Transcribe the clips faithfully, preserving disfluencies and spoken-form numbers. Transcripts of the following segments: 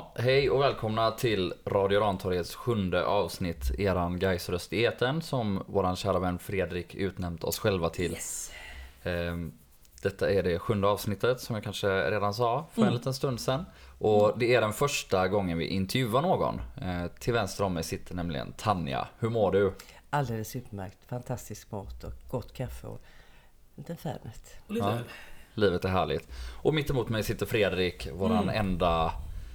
Ja, hej och välkomna till Radio Rantorgets sjunde avsnitt, eran Gaisröst i etern, som våran kära vän Fredrik utnämnt oss själva till. Yes. Ehm, Detta är det sjunde avsnittet, som jag kanske redan sa för en Mm. liten stund sedan. Och det är den första gången vi intervjuar någon. Ehm, till vänster om mig sitter nämligen Tanja. Hur mår du? Alldeles utmärkt. Fantastisk mat och gott kaffe och lite färnet. Och lite Ja. öl. Livet är härligt. Och mitt emot mig sitter Fredrik, våran Mm. enda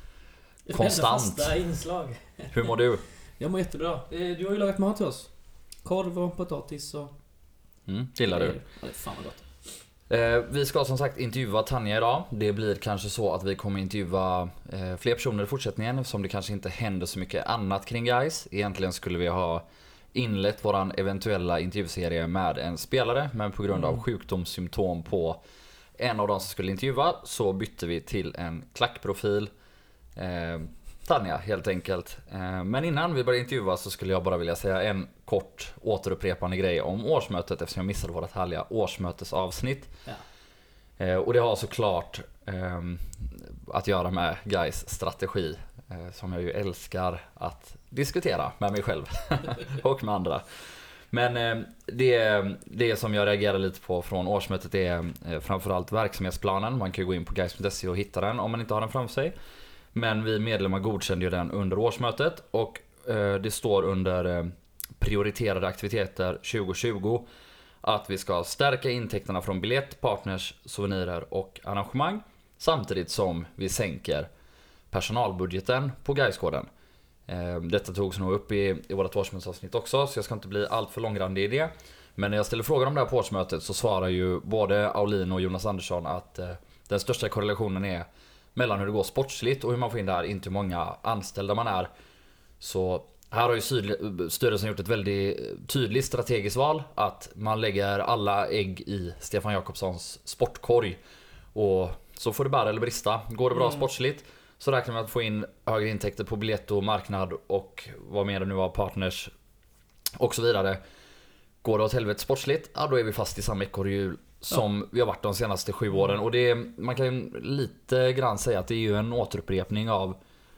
Ett konstant. fasta inslag. Hur mår du? Jag mår jättebra. Eh, Du har ju lagat mat till oss. Korv och potatis och... Mm, gillar du? Ja, det är fan vad gott. Eh, vi ska som sagt intervjua Tanja idag. Det blir kanske så att vi kommer intervjua eh, fler personer i fortsättningen, eftersom det kanske inte händer så mycket annat kring guys. Egentligen skulle vi ha inlett våran eventuella intervjuserie med en spelare, men på grund av Mm. sjukdomssymptom på en av de som skulle intervjua så bytte vi till en klackprofil. Eh, Tanja helt enkelt. Eh, men innan vi börjar intervjua så skulle jag bara vilja säga en kort återupprepande grej om årsmötet, eftersom jag missade vårt härliga årsmötesavsnitt. Ja. Eh, och det har såklart eh, att göra med guys strategi, eh, som jag ju älskar att diskutera med mig själv och med andra. Men eh, det, det som jag reagerar lite på från årsmötet är eh, framförallt verksamhetsplanen. Man kan ju gå in på guys punkt se och hitta den om man inte har den framför sig. Men vi medlemmar godkände ju den under årsmötet, och eh, det står under eh, prioriterade aktiviteter tjugo tjugo att vi ska stärka intäkterna från biljett, partners, souvenirer och arrangemang, samtidigt som vi sänker personalbudgeten på Gaisgården. Eh, detta togs nog upp i, i vårt årsmötesavsnitt också, så jag ska inte bli allt för långrandig i det. Men när jag ställer frågan om det här på årsmötet så svarar ju både Aulin och Jonas Andersson att eh, den största korrelationen är mellan hur det går sportsligt och hur man får in där, inte hur många anställda man är. Så här har ju styrelsen gjort ett väldigt tydligt strategiskt val, att man lägger alla ägg i Stefan Jakobssons sportkorg, och så får det bära eller brista. Går det bra Mm. sportsligt så räknar man att få in högre intäkter på biljett och marknad och vad mer det nu var, partners och så vidare. Går det åt helvete sportsligt, ja då är vi fast i samma ekorrhjul som ja. vi har varit de senaste sju åren. Och det är, man kan ju lite grann säga att det är ju en återupprepning av,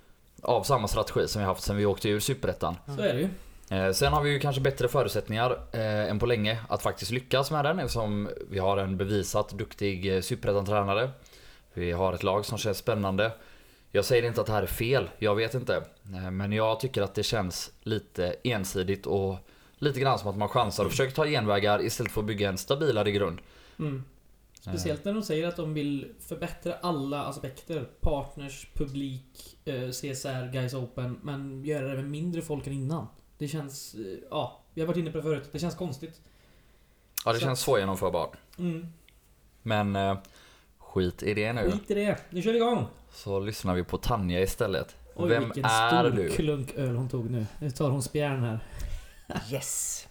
av samma strategi som vi haft sedan vi åkte ur Superettan. Så är det ju. Eh, sen har vi ju kanske bättre förutsättningar eh, än på länge att faktiskt lyckas med den, eftersom vi har en bevisat duktig eh, Superettan-tränare. Vi har ett lag som känns spännande. Jag säger inte att det här är fel, jag vet inte. Eh, men jag tycker att det känns lite ensidigt och lite grann som att man chansar och försöker ta genvägar istället för att bygga en stabilare grund. Mm. Speciellt när de säger att de vill förbättra alla aspekter. Partners, publik, eh, C S R, Guys Open. Men göra det med mindre folk än innan. Det känns... eh, Ja, vi har varit inne på det förut. Det känns konstigt. Ja, det Så- känns svårgenomförbart. Mm. Men eh, skit i det nu. Skit i det. Nu kör vi igång. Så lyssnar vi på Tanja istället. Oj, Vem vilken är stor du? klunk öl hon tog nu. Nu tar hon spjärn här. Yes!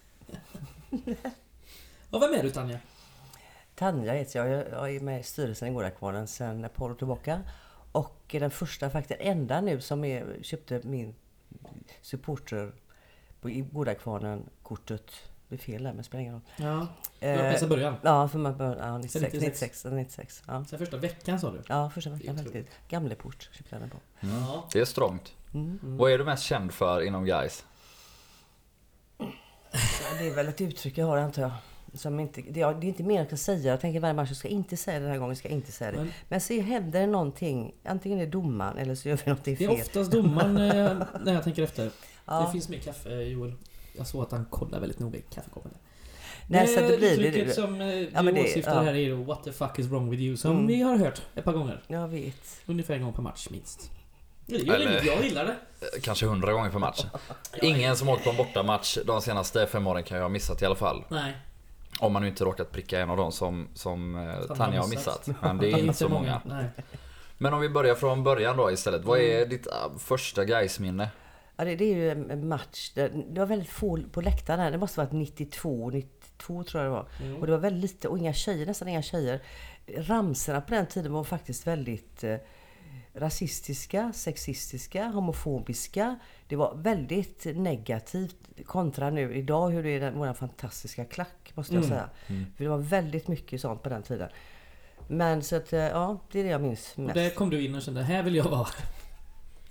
Och vem är du, Tanja? Tanja heter jag. Jag är med i styrelsen i Gårdakvarnen sedan ett par år tillbaka. Och är den första, faktiskt enda nu, som är, köpte min supporter på i Gårdakvarnen kortet. Det är fel där, men spelar ingen roll. Ja, du har med sedan början. Ja, för man började, ja, Sen nittiosex, nittiosex. nittiosex, nittiosex, ja. Sen första veckan sa du. Ja, första veckan Det är faktiskt. Gamleport köpte jag den på. Mm. Ja. Det är strångt. Mm. Mm. Vad är du mest känd för inom guys? Ja, det är väl ett uttryck jag har, antar jag. Som inte, det, ja, det är inte mer jag kan säga. Jag tänker varje match, jag ska inte säga det den här gången, jag ska inte säga det. Men Men så händer det någonting, antingen är det domaren eller så gör vi någonting det fel. är oftast domaren eh, när jag tänker efter. Ja. Det finns mer kaffe, Joel. Jag såg att han kollar väldigt noga i kaffekoppen. Nej, så att det blir uttrycket det. som eh, du Ja, men det- åsyftar ja. här är ju what the fuck is wrong with you, som Mm. vi har hört ett par gånger. Jag vet. Ungefär en gång per match minst. Det gör Eller- inget, jag gillar det. Eh, Kanske hundra gånger per match. Ingen som åkt på en bortamatch de senaste fem åren kan jag ha missat i alla fall. Nej, Om man nu inte råkat pricka en av dem som, som eh, Tanja Tanja har har missat. missat. Men det är inte så många. Nej. Men om vi börjar från början då istället. Vad är ditt äh, första guys-minne? Ja, det, det är ju en match. Där, det var väldigt få på läktaren här. Det måste ha varit nittiotvå, nittiotvå tror jag det var. Mm. Och det var väldigt lite, och inga tjejer, nästan inga tjejer. Ramserna på den tiden var faktiskt väldigt eh, rasistiska, sexistiska, homofobiska. Det var väldigt negativt kontra nu idag hur det är den, vår fantastiska klack, måste jag Mm. säga. Mm. För det var väldigt mycket sånt på den tiden. Men så att, eh, ja, det är det jag minns Och mest. där kom du in och kände, här vill jag vara.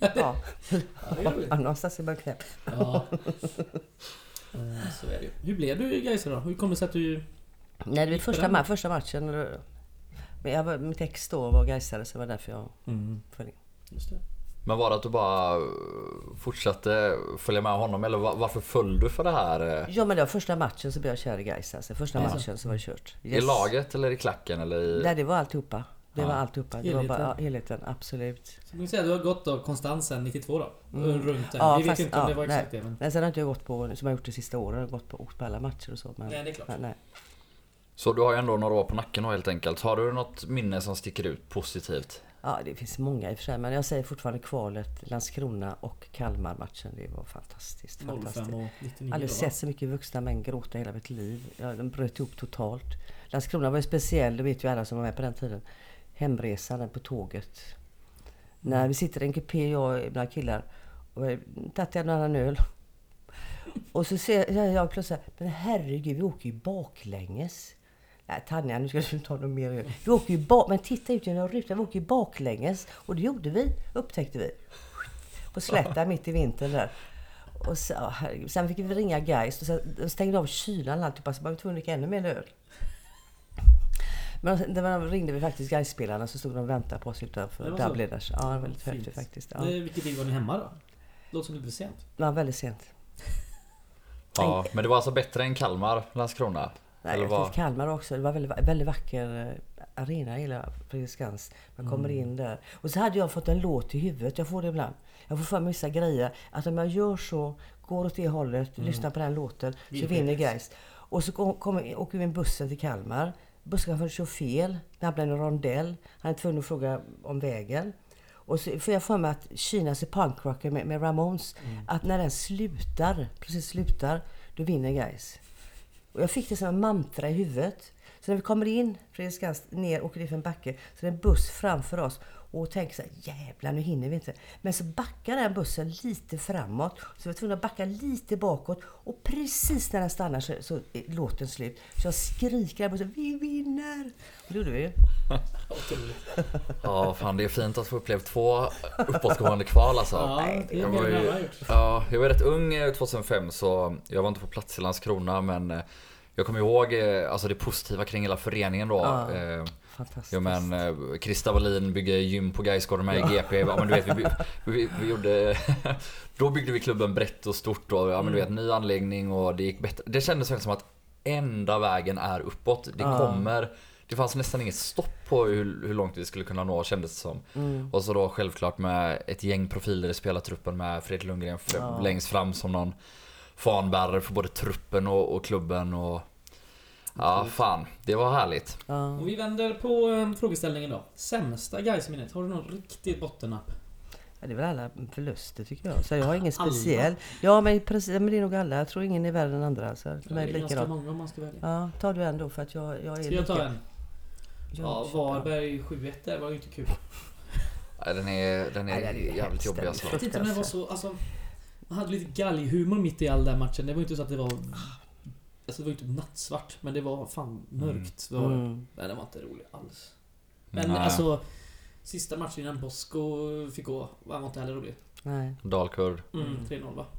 Ja, Ja, det är roligt. ja, någonstans är man knäpp. Ja. Eh, Så är det ju. Hur blev du i Gais då? Hur kom det sig att du... Nej, det var Gick på första, den? ma- första matchen. Men jag var, mitt ex då var gaisare, så det var därför jag följde. Just det. Men var det att du bara fortsatte följa med honom eller var- varför föll du för det här? Ja, men det var första matchen så blev jag kär i Gais. Alltså, första Alltså. matchen så var det kört. I laget eller i klacken eller i... Nej, det var alltihopa. Det Ja. var alltihopa. Det var bara, ja, Helheten. helheten, absolut. Så man kan säga att du har gått då konstant sedan nittiotvå då? Mm. Runt där. Ja, Vi vet fast- ju inte om ja, det var exakt nej. det men... Nej, sen har inte jag gått på, som jag gjort de sista åren, jag har gått på, åkt på alla matcher och så. Men, Nej, det är klart. nej, nej. Så du har ju ändå några år på nacken då, helt enkelt. Har du något minne som sticker ut positivt? Ja, det finns många i och för sig, men jag säger fortfarande kvalet, Landskrona och Kalmar-matchen. Det var fantastiskt. noll fantastiskt. fem och nittionio Jag har aldrig då, va? sett så mycket vuxna män gråta hela mitt liv. Ja, de bröt ihop totalt. Landskrona var ju speciell, det vet ju alla som var med på den tiden. Hemresan på tåget. När vi sitter i en kupé, jag och några killar, och jag tagit en annan öl. Och så ser jag, jag plötsligt, men herregud, vi åker ju baklänges. Nej, Tanja, nu ska du ta något mer öl. Vi åker ju bak, men titta ut genom rutan, vi åker ju baklänges. Och det gjorde vi, upptäckte vi. På slätta mitt i vintern där. Och så, ja, herregud. Sen fick vi ringa Gais och så de stängde av kylan allt, så man var tvungen att dricka ännu mer öl. Men då ringde vi faktiskt Gais-spelarna, så stod de och väntade på oss Det utanför var så? Dubliners. Ja, det var väldigt Fint. häftigt faktiskt. Ja. Det, vilket tid var ni hemma då? Låter som lite sent. Det var väldigt sent. Ja, men det var alltså bättre än Kalmar, Landskrona? Nej, Eller jag vad? tyckte Kalmar också. Det var väldigt, väldigt vacker eh, arena, hela Fredriksskans. Man kommer in där. Och så hade jag fått en låt i huvudet. Jag får det ibland. Jag får för mig vissa grejer. Att om jag gör så, går åt det hållet, lyssnar på den låten, så Vilket vinner är Gais. Och så kom, kom, åker vi med bussen till Kalmar. Busschauffören kör fel. Det hamnar i en rondell. Han är tvungen att fråga om vägen. Och så får jag för mig att Kinas punkrocker med, med Ramones, att när den slutar, precis slutar, då vinner Gais. Och jag fick det som en mantra i huvudet. Så när vi kommer in, Fredriksskans, ner, åker ner för en backe, så det är en buss framför oss. Och tänker så här, jävlar, nu hinner vi inte. Men så backar den bussen lite framåt. Så vi var tvungna att backa lite bakåt. Och precis när den stannar så, så är låten slut. Så jag skriker där bussen, vi vinner! Och det gjorde vi ju. Ja, fan det är fint att få uppleva två uppåtgående kval alltså. Ja, det är jag, mer var än vad jag har ju, gjort. ja, jag var rätt ung eh, tjugohundrafem så jag var inte på plats i Landskrona men eh, jag kommer ihåg eh, alltså det positiva kring hela föreningen då. Ja. Eh, Fantastiskt. Ja men eh, Krista Wallin bygger gym på Gaisgården med i G P. Ja men du vet vi, vi, vi gjorde då byggde vi klubben brett och stort och ja men du vet ny anläggning och det gick bättre. Det kändes väl som att enda vägen är uppåt. Det Ja. kommer det fanns nästan inget stopp på hur, hur långt vi skulle kunna nå kändes det som. Mm. Och så då självklart med ett gäng profiler i spelartruppen med Fredrik Lundgren f- Ja. längst fram som någon fanbärare för både truppen och, och klubben och ja fan, det var härligt. Ja. Om vi vänder på eh, frågeställningen då. Sämsta Gais-minnet. Har du någon riktigt bottennapp? Ja, det är väl alla förluster tycker jag. Så jag har ingen Alla? speciell. Ja, men, precis, men det är nog alla. Jag tror ingen är värre än andra. Så för Det mig är är det ganska likadant. många om man ska välja. Ja, tar du en då för att jag, jag är Ska jag ta lika- en? Ja, Ja, kör på. Varberg sju ett där var ju inte kul. Nej, den är, den är, Nej, den är jävligt hemskt, jobbig den är alltså. Jag vet inte om det var så, alltså... Man hade lite galghumor mitt i all den matchen. Det var inte så att det var... Alltså det var ju inte nattsvart, men det var fan mörkt. Det var, Mm. Nej, det var inte roligt alls. Men Nej. alltså... Sista matchen innan Bosko fick gå, var inte heller rolig. Nej. Dalkurd. Mm, tre noll va?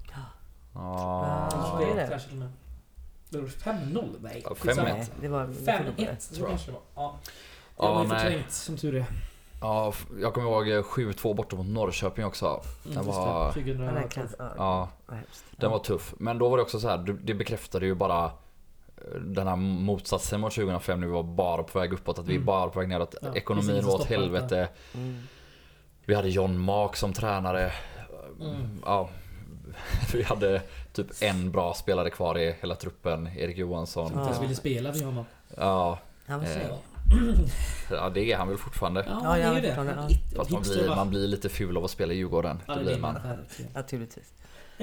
Ja. Ja, det det är det. kanske till och med. Det var fem noll? Nej, Ja, skitsamma. fem ett. Nej, det var fem ett tror jag kanske det var. Ja. Det Ja, var ju nej. förträngt, som tur är. Ja, f- jag kommer ihåg eh, sju två borta mot Norrköping också. Den Mm, just det. var, Ja, den tjugohundratolv. klass, ja, ja, vad hemskt. den var tuff. Men då var det också så här, det- det bekräftade ju bara eh, den här motsatsen mot tjugohundrafem när vi var bara på väg uppåt, att vi Mm. bara på väg neråt. Ja, Ekonomin precis, var åt stoppa helvete. Mm. Vi hade John Mark som tränare. Mm. Ja, vi hade typ en bra spelare kvar i hela truppen, Erik Johansson. Inte ens Ja. ville spela för honom. Ja, Han var så. Eh, ja, det är han väl fortfarande. Ja, Ja, det är jag ju vet det. fortfarande, ja. Hit- Fast man hipster, blir, va? man blir lite ful av att spela i Djurgården. Ja, Det det blir blir man. man. Verkligen. Naturligtvis.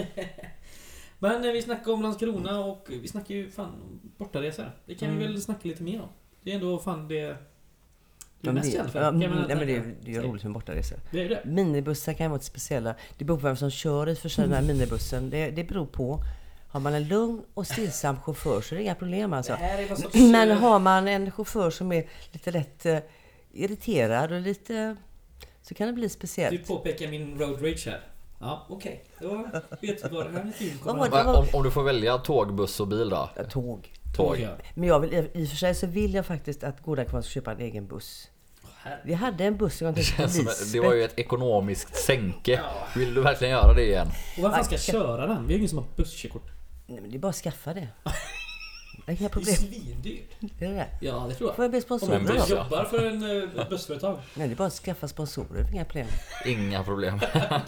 Men eh, vi snackar om Landskrona och vi snackar ju fan om bortaresor. Det kan Mm. vi väl snacka lite mer om. Det är ändå fan det... Det Ja, är men mest det, känt för. ja, Kan man nej, men det, tänka. är- det är ju roligt med bortaresor. Det är ju det. Minibussar kan ju vara lite speciella. Det beror på vem som kör i för sig den här minibussen. Det, det beror på. Har man en lugn och stillsam chaufför så är det inga problem alltså. Det här är någon sorts... Men eh, har man en chaufför som är lite lätt eh, irriterad och lite så kan det bli speciellt. Du påpekar min road rage här. Ja, okej. Okay. Då vet vi vad det här med film kommer Vad att var det? om, om du får välja tåg, buss och bil då? Ja, tåg. Tåg. Ja. Men jag vill, i och för sig så vill jag faktiskt att Godakvarn ska köpa en egen buss. Här. Vi hade en buss som jag Det, tänkte känns som, Lisbeth. det var ju ett ekonomiskt sänke. Vill du verkligen göra det igen? Och vem fan ska köra den? Vi har ingen som har busskörkort. Nej, men det är bara att skaffa det. Det är inga Det är problem. svindyrt. Det är det. Ja, det tror Får jag. jag be Om sponsorer du buss, då? ja. jobbar för en uh, bussföretag. Nej, det är bara att skaffa sponsorer. Inga problem. Inga problem.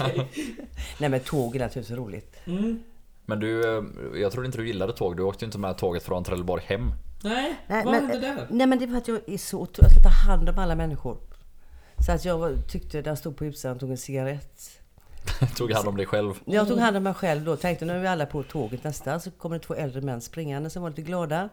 Nej, men tåg är naturligtvis roligt. Mm. Men du, eh, jag trodde inte du gillade tåg. Du åkte ju inte med tåget från Trelleborg hem. Nej, Nej, vad men, hände där? nej, men det var att jag är så otro- jag ska ta hand om alla människor. Så att jag var- tyckte, där stod på utsidan och tog en cigarett. Tog hand om dig själv. Jag tog hand om mig själv då. Tänkte nu är vi alla på tåget nästa. Så kommer det två äldre män springande som var lite glada.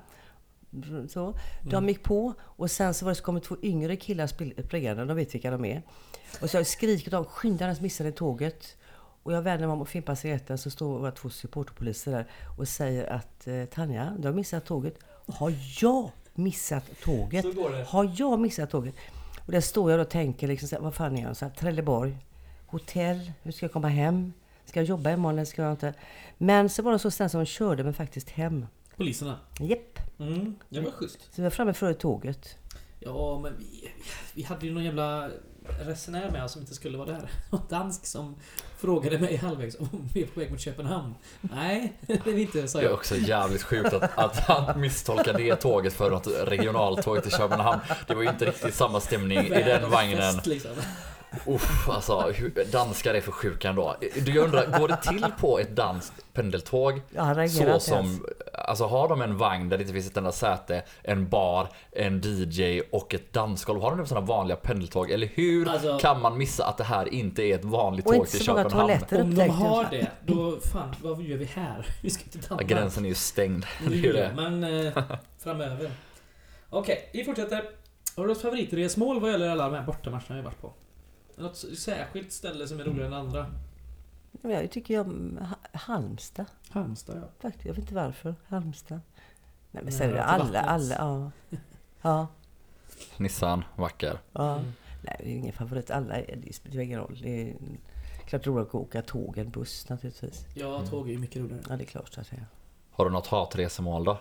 Så. De gick på. Och sen så var det så kommer två yngre killar spil- springande. De vet vilka de är. Och så jag skriker de skyndandes missade tåget. Och jag vänder mig om och fimpar cigaretten. Så står våra två supporterpoliser där. Och säger att eh, Tanja, du har missat tåget. Har jag missat tåget? Så går det. Har jag missat tåget? Och där står jag och tänker liksom, så här, vad fan är jag? Så här, Trelleborg. Hotell, hur ska jag komma hem? Ska jag jobba imorgon eller ska jag inte? Men så var det så snällt som de körde mig faktiskt hem. Poliserna. Jepp. Mm, det var schysst. Så vi var framme före tåget. Ja, men vi, vi hade ju någon jävla resenär med oss som inte skulle vara där. En dansk som frågade mig halvvägs om vi är på väg mot Köpenhamn. Nej, det är vi inte, sa Det är jag. också jävligt sjukt att, att han misstolkade det tåget för något regionaltåg till Köpenhamn. Det var ju inte riktigt samma stämning i den vagnen. Fest, liksom. Uff, alltså hur, danskar är för sjuka ändå. Du, jag undrar, går det till på ett danskt pendeltåg? Ja, han reagerade Så inte ens. som, alltså har de en vagn där det inte finns ett enda säte, en bar, en D J och ett dansgolv? Har de sådana vanliga pendeltåg? Eller hur Alltså- kan man missa att det här inte är ett vanligt Och tåg inte till så många Köpenhamn? toaletter Om de upptäckte jag. har det, då fan, vad gör vi här? Vi ska till Ja, Danmark. gränsen är ju stängd. Det är ju det. Men eh, framöver. Okej, vi fortsätter. Har du något favoritresmål vad gäller alla de här bortamatcherna vi varit på? Något särskilt ställe som är roligare än andra? Men jag tycker jag om Ha- Halmstad. Halmstad, ja. Faktiskt. Jag vet inte varför. Halmstad. Nej, men Nära sen är det till alla, vattnet. alla, ja. Ja. Nissan, vacker. ja. Mm. Nej, det är ingen favorit. Alla, är- det spelar ingen roll. Det är klart roligt att åka tåg, en buss naturligtvis. Ja, tåg är ju mycket roligare. Ja, det är klart så att säga. Har du något hatresemål då?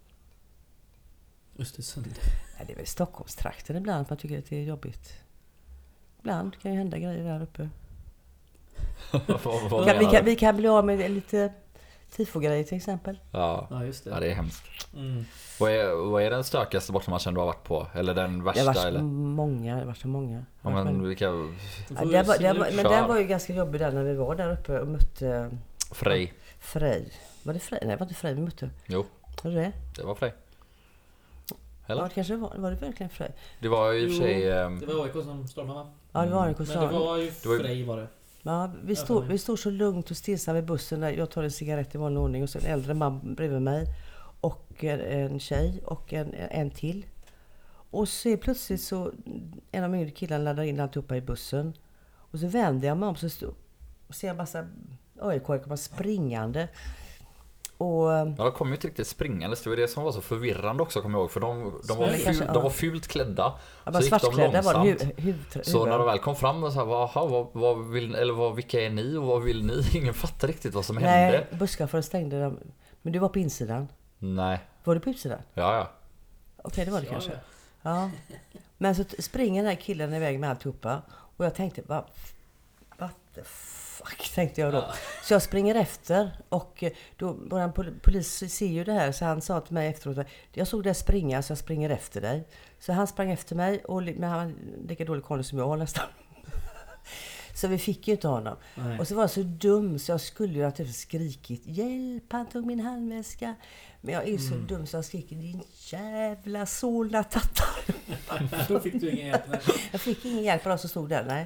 Östersund. Ja, det är väl Stockholmstrakten ibland att man tycker att det är jobbigt. Ibland kan ju hända grejer där uppe. vad, vad Kan, vi, menar kan, du? vi kan bli av med lite tifogrejer till exempel. Ja. Ja, just det. ja, det är hemskt. Mm. Vad är, vad är den stökigaste bortamatchen du har varit på? Eller den Det värsta? har varit eller? många. Det har varit så många. Ja, men vilka... Då Ja, får vi det var, se det nu. var, men Kör. den var ju ganska jobbig där när vi var där uppe och mötte Frej. Frej. Var det Frej? Nej, det var inte Frej vi mötte. Jo, Var det det? det var Frej. Ja, Eller? det kanske var. Var det verkligen Frej? Det var ju i och för sig... Jo, ehm, Det var A I K som stormade, va? Ja, det var en Men det konsert. var ju Det var ju- Frej var det. Ja, vi, Jag stod, tar vi stod så lugnt och stillsamma i bussen där jag tar en cigarett i vanlig ordning och så en äldre man bredvid mig och en, en tjej och en, en till. Och så är plötsligt så en av de yngre killarna laddar in alltihopa i bussen. Och så vänder jag mig om så stod, och ser en massa A I K komma springande. Och Ja, de kom ju inte riktigt springande. Det var det som var så förvirrande också, kommer jag ihåg. För de, de, var, Men fult, kanske, ja. de var fult klädda. ja, Så bara gick de svartklädda var de. långsamt. Hu, huvud, Så när de väl kom fram och så här, vad, vad, vad vill, eller vad, vilka är ni och vad vill ni? Ingen fattar riktigt vad som hände. Nej, busschauffören stängde dem. Men du var på insidan. Nej. Var du på utsidan? Ja, ja. Okej, det var det Ja, kanske. ja. Ja. Men så t- springer den här killen iväg med alltihopa. Och jag tänkte, vad what the fuck, tänkte jag då. Ja. Så jag springer efter. Och eh, då, vår pol- polis ser ju det här. Så han sa till mig efteråt, jag såg dig springa så jag springer efter dig. Så han sprang efter mig. Och, li- men han var lika dålig koll som jag nästan. Så vi fick ju inte honom. Nej. Och så var jag så dum så jag skulle ju naturligtvis skrikit hjälp, han tog min handväska. Men jag är så Mm. dum så jag skriker din jävla Solna tattar. Då fick du ingen hjälp. Nej. Jag fick ingen hjälp av de som stod där, nej.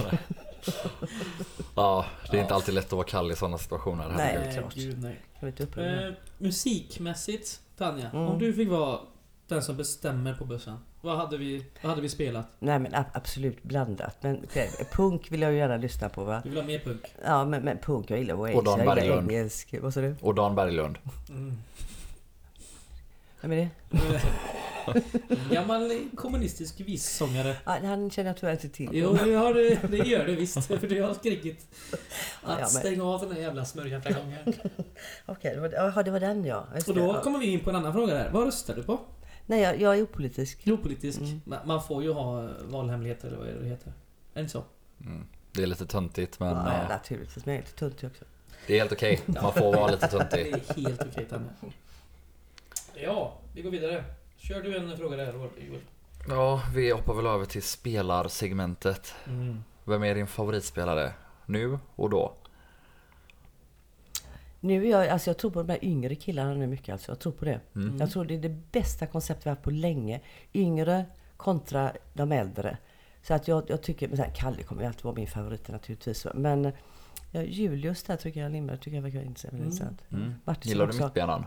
Ja, det är Ja. inte alltid lätt att vara kall i sådana situationer. Nej. herregud. det är klart. Gud, nej. Jag vet inte upprörd. Eh, musikmässigt, Tanja. Mm. Om du fick vara den som bestämmer på bussen. Vad hade vi, vad hade vi spelat? Nej men a- absolut blandat. Men okej, punk vill jag ju gärna lyssna på va. Du vill ha mer punk? Ja men, men punk, jag gillar Oasis. Och Dan Jag gillar Berglund. engelsk. Vad sa du? Och Dan Berglund. Mm. Vem är det? En gammal kommunistisk vissångare. Ja, han känner jag tyvärr inte till. Jo, det, har du, det gör du visst. För du har skrikit att Ja, men- stänga av den här jävla smörjan flera gånger. Okej, det var, ja, det var den ja. Just Och det, då ja. kommer vi in på en annan fråga där. Vad röstar du på? Nej, jag, jag är opolitisk. Opolitisk. Mm. Ma- Man får ju ha valhemligheter eller vad är det det heter. Är det inte så? Mm. Det är lite töntigt, men Ja, eh, naturligtvis. Men jag är lite tuntig också. det är helt okej. Man får vara lite Det töntig. är helt okej, Tanne. Ja, vi går vidare. Kör du en fråga där, Joel? Ja, vi hoppar väl över till spelarsegmentet. Mm. Vem är din favoritspelare? Nu och då? Nu är jag, alltså jag tror på de här yngre killarna nu mycket. Alltså. Jag tror på det. Mm. Jag tror det är det bästa konceptet vi har haft på länge. Yngre kontra de äldre. Så att jag, jag tycker, men sen, Kalle kommer ju alltid vara min favorit naturligtvis. Men ja, Julius där tycker jag, Lindberg tycker jag verkar intressant. Mm. Martinsson Gillar du också. mittbenan?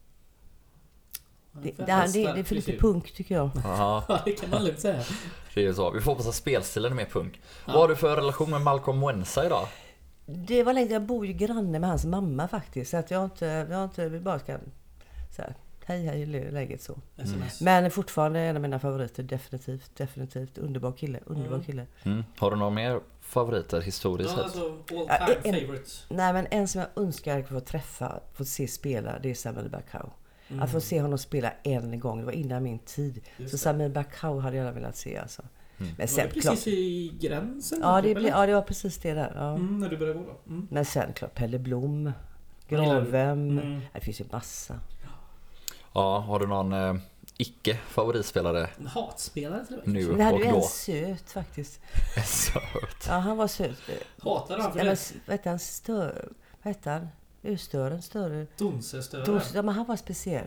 Det, det, är- det, det är för lite punk tycker jag. Ja, Ja, det kan man lugnt säga. det är ju så. Vi får hoppas att spelstilen är mer punk. Ja. Vad har du för relation med Malcolm Mwensa idag? Det var länge, jag bor ju granne med hans mamma faktiskt. Så att jag har inte, jag har inte, vi bara ska så här, hej hej läget så. Sms. Men fortfarande en av mina favoriter, definitivt, definitivt. Underbar kille, underbar Mm. kille. Mm. Har du några mer favoriter historiskt Ja, sett? alltså all Ja, time en- favorites. Nej men en som jag önskar att få träffa, få se spela, det är Samuel Bakau. Mm. Att få se honom spela en gång, det var innan min tid. Just Så det. Samuel Bakau hade jag gärna velat se alltså. Mm. Men Var sen det klart, precis i gränsen? ja det, eller? blev- ja det var precis det där. Ja. Mm, när du började gå då? Mm. Men sen klart Pelle Blom, Vad gillar du? Gravem. Mm. Det finns ju massa. Ja, har du någon eh, icke-favoritspelare En hatspelare till och med. nu Men vi hade och ju en då? söt faktiskt. Söt. Ja han var söt. Hatar han för Nej, men, det? vad hette han? Stör, vad hette han? Östören, större. Donsestöre. Dos, ja, men han var speciell.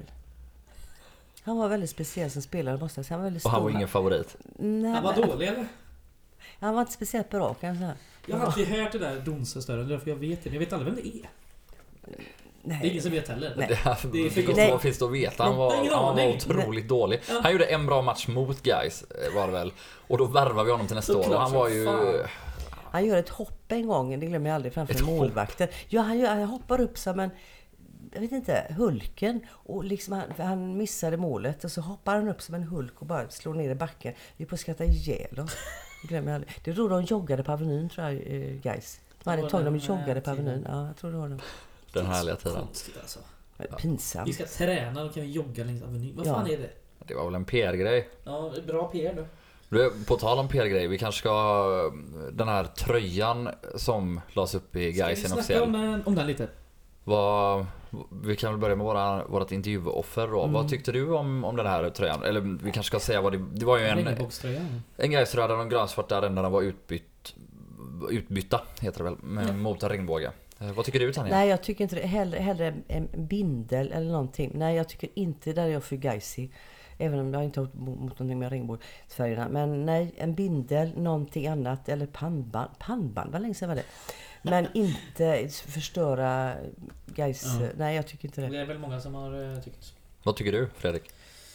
Han var väldigt speciell som spelare måste jag säga. Han var väldigt Och han stor. var ingen favorit. Nej, Han var men- dålig eller? Han var inte speciellt bra kan jag säga. Jag har alltid hört det där Donsestören, därför jag vet det. Men jag vet aldrig vem det är. Det är Nej. ingen som vet heller. Nej. Det, här, Det är för gott. vad finns det att veta? Han var, Ingen han var aning. otroligt dålig. Ja. Han gjorde en bra match mot Gais var det väl. Och då värvade vi honom till nästa år. Såklart Och han som var ju... fan. Han gör ett hopp en gång, det glömmer jag aldrig, framför Ett en hopp? målvakten. Ja, han, gör, han hoppar upp som en, jag vet inte, Hulken. Och liksom han, för han missade målet och så hoppar han upp som en Hulk och bara slår ner i backen. Vi är på att skratta ihjäl oss. Det glömmer jag aldrig. Det tror de joggade på Avenyn tror jag, eh, guys. De hade Det var tagit dem och den joggade här på Avenyn. tiden. Ja, jag tror det var dem. Den härliga tiden. Konstigt alltså. Pinsamt. Vi ska träna, då kan vi jogga längs Avenyn. Vad Ja. fan är det? Det var väl en P R-grej. Ja, bra P R då. Du, på tal om P R-grej, vi kanske ska... Den här tröjan som lades upp i Ska vi Gais snacka officiell. om, den- om den lite? Vad, vi kan väl börja med våra, vårt intervjuoffer då. Mm. Vad tyckte du om, om den här tröjan? Eller vi kanske ska säga vad det... Det var ju en, Regnbågströjan. en Gais-tröja där de grönsvarta ränderna var utbytt, utbytta, heter det väl, med, Ja. mot en regnbåge. Eh, Vad tycker du Tanja? Nej, jag tycker inte det. Hellre, hellre en bindel eller någonting. Nej, jag tycker inte där är jag för Gaisi. Även om jag inte har mot mot någonting med regnbågsfärgerna. Men nej, en bindel, någonting annat. Eller pannband. Pannband, vad länge sedan var det? Men inte förstöra Gais. Ja. Nej, jag tycker inte det. Det är väl många som har eh, tyckt. Vad tycker du Fredrik?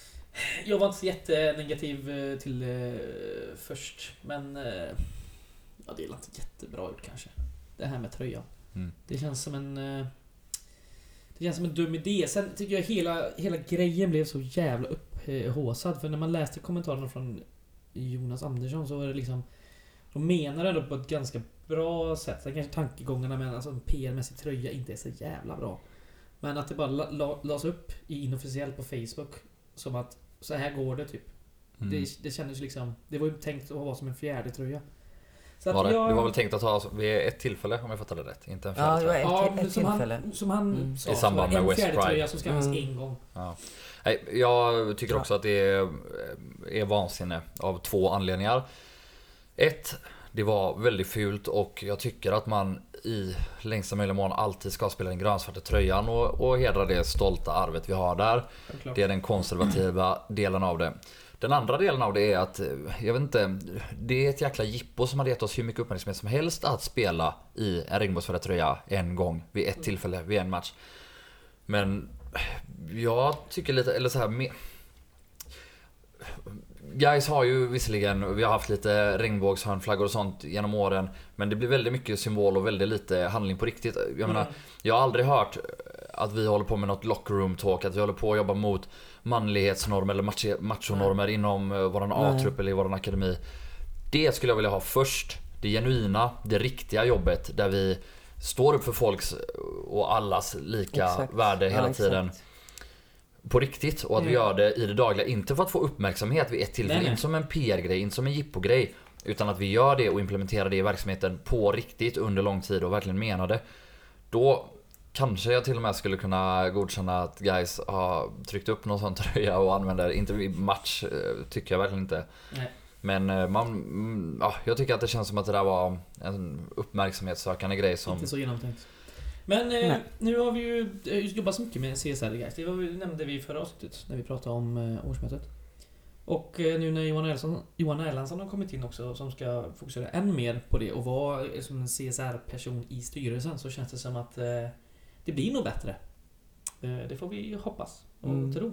Jag var inte så jättenegativ eh, till eh, först. Men eh, ja, det är inte jättebra gjort kanske. Det här med tröjan. Mm. Det känns som en... eh, Det känns som en dum idé. Sen tycker jag hela, hela grejen blev så jävla upphaussad. För när man läste kommentarerna från Jonas Andersson så var det liksom... De menar ändå på ett ganska bra sätt. Sen kanske tankegångarna med alltså en P R-mässig tröja inte är så jävla bra. Men att det bara la, la, lades upp i inofficiellt på Facebook. Som att så här går det typ. Mm. Det, det kändes liksom... Det var ju tänkt att vara som en fjärde tröja. Så Var att det? jag... det var väl tänkt att ha vid ett tillfälle om jag fattade rätt, inte en Ja, fjärde det var tröja. ett, Ja, ett men som tillfälle. han, som han Mm. sa, I så samband var det med en West fjärde tröja Pride. som ska användas Mm. en gång. Ja. Nej, jag tycker också att det är, är vansinne av två anledningar. Ett, det var väldigt fult och jag tycker att man i längsta möjliga mån alltid ska spela den grönsvarta tröjan och, och hedra det stolta arvet vi har där. Självklart. Det är den konservativa delen av det. Den andra delen av det är att, jag vet inte, det är ett jäkla jippo som hade gett oss hur mycket uppmärksamhet som helst att spela i en regnbågsfärgad tröja en gång, vid ett tillfälle, vid en match. Men jag tycker lite, eller så här med... Guys har ju visserligen, vi har haft lite regnbågshörnflaggor och sånt genom åren, men det blir väldigt mycket symbol och väldigt lite handling på riktigt. Jag menar, Mm. jag har aldrig hört att vi håller på med något locker room talk, att vi håller på att jobba mot manlighetsnormer eller macho- machonormer mm. inom uh, våran A-trupp eller i våran akademi. Det skulle jag vilja ha först. Det genuina, det riktiga jobbet där vi står upp för folks och allas lika exakt. Värde hela ja, tiden. På riktigt, och att mm. vi gör det i det dagliga, inte för att få uppmärksamhet vid ett tillfälle, inte som en P R-grej, inte som en jippogrej, utan att vi gör det och implementerar det i verksamheten på riktigt under lång tid och verkligen menar det. Då kanske jag till och med skulle kunna godkänna att guys har tryckt upp någon sån tröja och använder, inte i match tycker jag verkligen inte. Nej. Men man, ja, jag tycker att det känns som att det där var en uppmärksamhetssökande grej som... Inte så genomtänkt. Men eh, nu har vi ju jobbat så mycket med C S R guys. Det var, nämnde vi förra avsnittet när vi pratade om eh, årsmötet. Och eh, nu när Johan Erlandsson, Johan Erlandsson har kommit in också, som ska fokusera än mer på det och vara som en C S R-person i styrelsen, så känns det som att eh, det blir nog bättre. Eh, det får vi hoppas och mm. tro.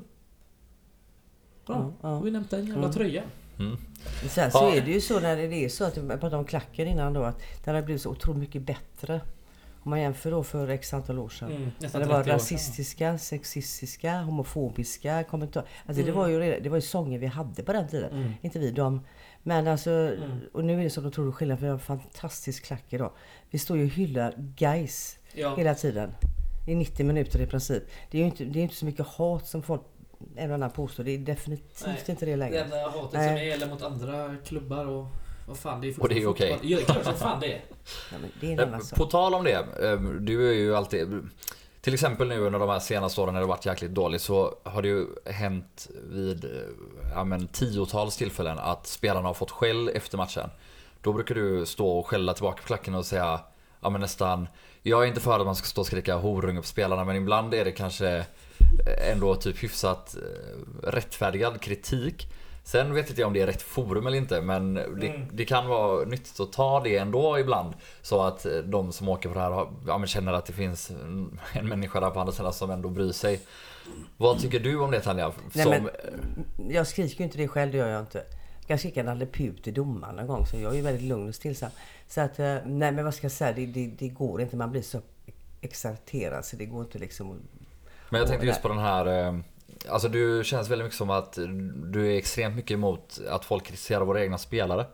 Bra, ja, ja. Vi nämnde en jävla mm. tröja. Mm. Sen så är det ju så när det är så att jag pratade om klacken innan då, att den har blivit så otroligt mycket bättre. Om man jämför då för x antal år sedan. Mm, när det var rasistiska, sexistiska, homofobiska kommentarer. Alltså mm. det var ju redan, det var ju sånger vi hade på den tiden. Mm. Inte vi, de. Men alltså, mm. och nu är det så otroligt skillnad, för vi har en fantastisk klack idag. Vi står ju och hyllar guys ja. Hela tiden. I nittio minuter i princip. Det är ju inte, det är inte så mycket hat som folk en annan påstår. Det är definitivt Nej. Inte det längre. Det enda hatet Nej. Som är eller mot andra klubbar och vad fan, det är och det är okej. Okay. Ja, det är klart som fan det är. Ja, men det är en annan sak. På tal om det, du är ju alltid, till exempel nu under de här senaste åren när det varit jäkligt dåligt, så har det ju hänt vid ja, men, tiotals tillfällen att spelarna har fått skäll efter matchen. Då brukar du stå och skälla tillbaka på klacken och säga ja, men nästan, jag är inte för att man ska stå och skrika horunge på spelarna, men ibland är det kanske ändå typ hyfsat rättfärdigad kritik. Sen vet inte jag om det är rätt forum eller inte, men det, mm. det kan vara nyttigt att ta det ändå ibland, så att de som åker på det här har, ja, men känner att det finns en människa där på andra sidan som ändå bryr sig. Vad tycker du om det, Tanja? Nej, som... men, jag skriker ju inte det själv, det gör jag inte. Jag skickade en Nalle Puh till domaren en gång, så jag är ju väldigt lugn och stillsam. Så att, nej men vad ska jag säga, det, det, det går inte, man blir så exalterad så det går inte liksom. Men jag tänkte just på den här, alltså du känns väldigt mycket som att du är extremt mycket emot att folk kritiserar våra egna spelare.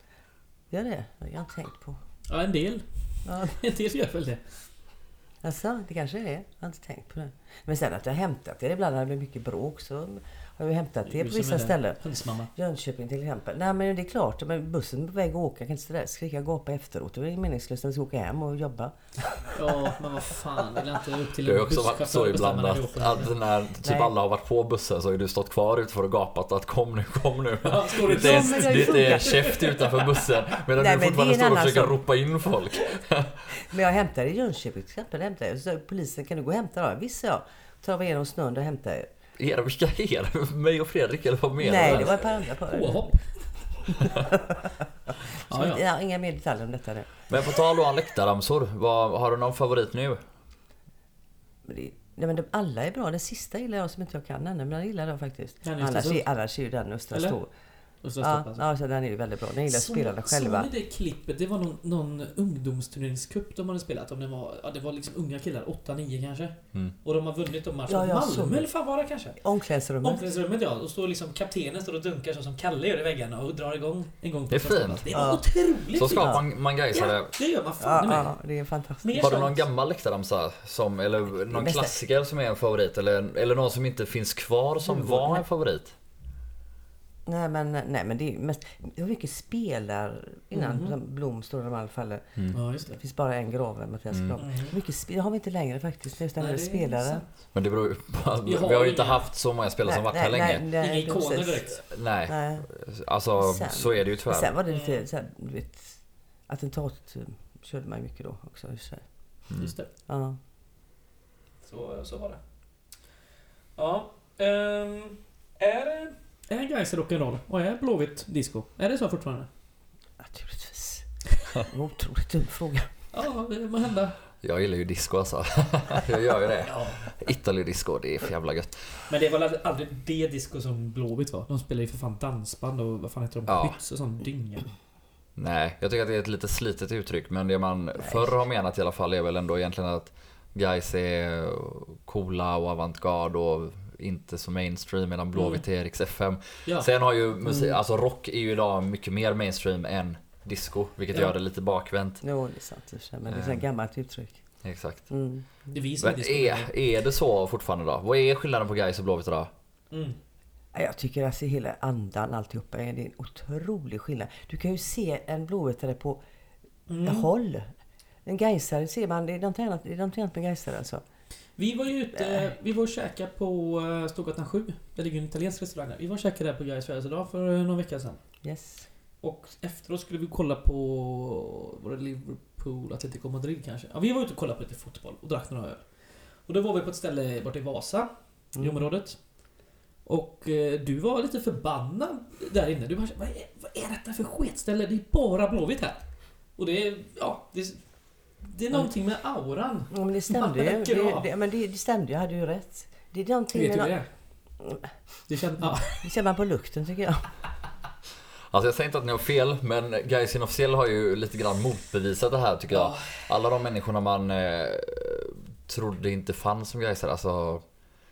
Ja, det har jag inte tänkt på. Ja, en del. Ja. En del gör väl det. Alltså, det kanske är det. Jag har inte tänkt på det. Men sen att jag har hämtat det ibland när det blir mycket bråk, så har vi hämtat det på vissa ställen. Jönköping till exempel. Nej, men det är klart, men bussen är på väg att åka, jag kan inte skrika och gapa efteråt. Det är meningslöst att åka hem och jobba. Ja, men vad fan, det är inte upp till en busschaufför. Det har också varit så ibland att, att när typ Nej. alla har varit på bussen, så har du stått kvar utanför och gapat att kom nu, kom nu. Ja, det, det, är, det, det är käft utanför bussen, medan Nej, du fortfarande står och försöker som... ropa in folk. Men jag hämtar i Jönköping till exempel, hämtar jag. Så polisen, kan du gå och hämta då? Visst jag. Tar vi igenom snön och hämtar er. Era, vilka är det? Mig och Fredrik, eller vad menar du? Nej, det var ett par andra på det. Påhopp. Ja, ja. Ja, inga mer detaljer om detta nu. Men på tal om läktarramsor, vad, har du någon favorit nu? Men det, nej, men de, alla är bra. Den sista gillar jag som inte jag kan ännu, men jag gillar den faktiskt. Annars är, annars är ju den Östra Stor. Och så ja, ja, så den är ju väldigt bra. Den gillar så, spelarna själva. Så det klippet, det var någon, någon ungdomsturneringscup de hade spelat. Om det var, ja, det var liksom unga killar, åtta nio kanske. Mm. Och de har vunnit de matcherna. Ja, ja, Malmö eller fan var det kanske? Omklädningsrummet. Omklädningsrummet, ja. Och står liksom kaptenen står och dunkar så som Kalle gör i väggarna och drar igång en gång på. Det är fint. Det var ja. otroligt. Så ska man, man gaisade. Ja, det gör man fan ja, ja, det är fantastiskt. Har du någon gammal läktarramsa som, eller någon klassiker som är en favorit? Eller, eller någon som inte finns kvar som mm. var en favorit? Nej men, nej, men det är mest, det var mycket spelar innan mm. Blom står de i alla fall. Mm. Ja, just det. Det finns bara en grav, Mattias mm. grav. Mycket spe, det har vi inte längre faktiskt. Just nej, spelare. Men det beror ju på att vi har, vi har ju inte haft så många spelare nej, som varit nej, här nej, länge. Nej, nej, Inga ikoner direkt. Nej. nej. Alltså sen, så är det ju tyvärr. Sen var det lite så här, du vet, attentat körde man mycket då också i sig. Mm. Just det. Ja. Så så var det. Ja, um, är det Är Gais rock'n'roll och är Blåvitt disco? Är det så fortfarande? Naturligtvis. Otroligt dum fråga. Ja, det må hända. Jag gillar ju disco alltså. Jag gör ju det. Ja. Italy-disco, det är för jävla gött. Men det var aldrig det disco som Blåvitt var. De spelar ju för fan dansband och vad fan heter de? Ja. Hyts och sån dynga. Nej, jag tycker att det är ett lite slitet uttryck. Men det man Nej. förr har menat i alla fall är väl ändå egentligen att Gais är coola och avantgarde och inte så mainstream, medan Blåvitt är Rix F M. Ja. Sen har ju musik, alltså rock är ju idag mycket mer mainstream än disco, vilket Ja. gör det lite bakvänt. Jo, det är sant i och för sig, men det är så här Eh. gammalt uttryck. Exakt. Mm. Det visar Men är, är det så fortfarande då? Vad är skillnaden på Gais och Blåvitt idag? Mm. Ja, jag tycker alltså hela andan alltihopa är det är en otrolig skillnad. Du kan ju se en blåvittare på Mm. håll. En gaisare ser man, det är de tränat, det är de tränat med gaisare alltså. Vi var ju ute, vi var och käkade på uh, Storgatan sju. Det ligger en italiensk restaurang där. Vi var och käkade där på Gais födelsedag för någon vecka sedan. Yes. Och efteråt skulle vi kolla på, var det Liverpool, Atletico Madrid kanske? Ja, vi var ute och kollade på lite fotboll och drack några öl. Och då var vi på ett ställe borta i Vasa, Mm. i området. Och eh, du var lite förbannad där inne. Du bara, vad är, vad är detta för sketställe? Det är bara Blåvitt här. Och det är, ja, det är, det är någonting med auran. Ja, men det stämde ju. märker Det, av. det, men det, det stämde, jag hade ju rätt. Det är någonting Vet du med vad det nå- är? Det känns, ja. det känner man på lukten tycker jag. Alltså jag säger inte att ni har fel, men Gais inofficiell har ju lite grann motbevisat det här tycker jag. Alla de människorna man eh, trodde inte fanns som Gaisare, alltså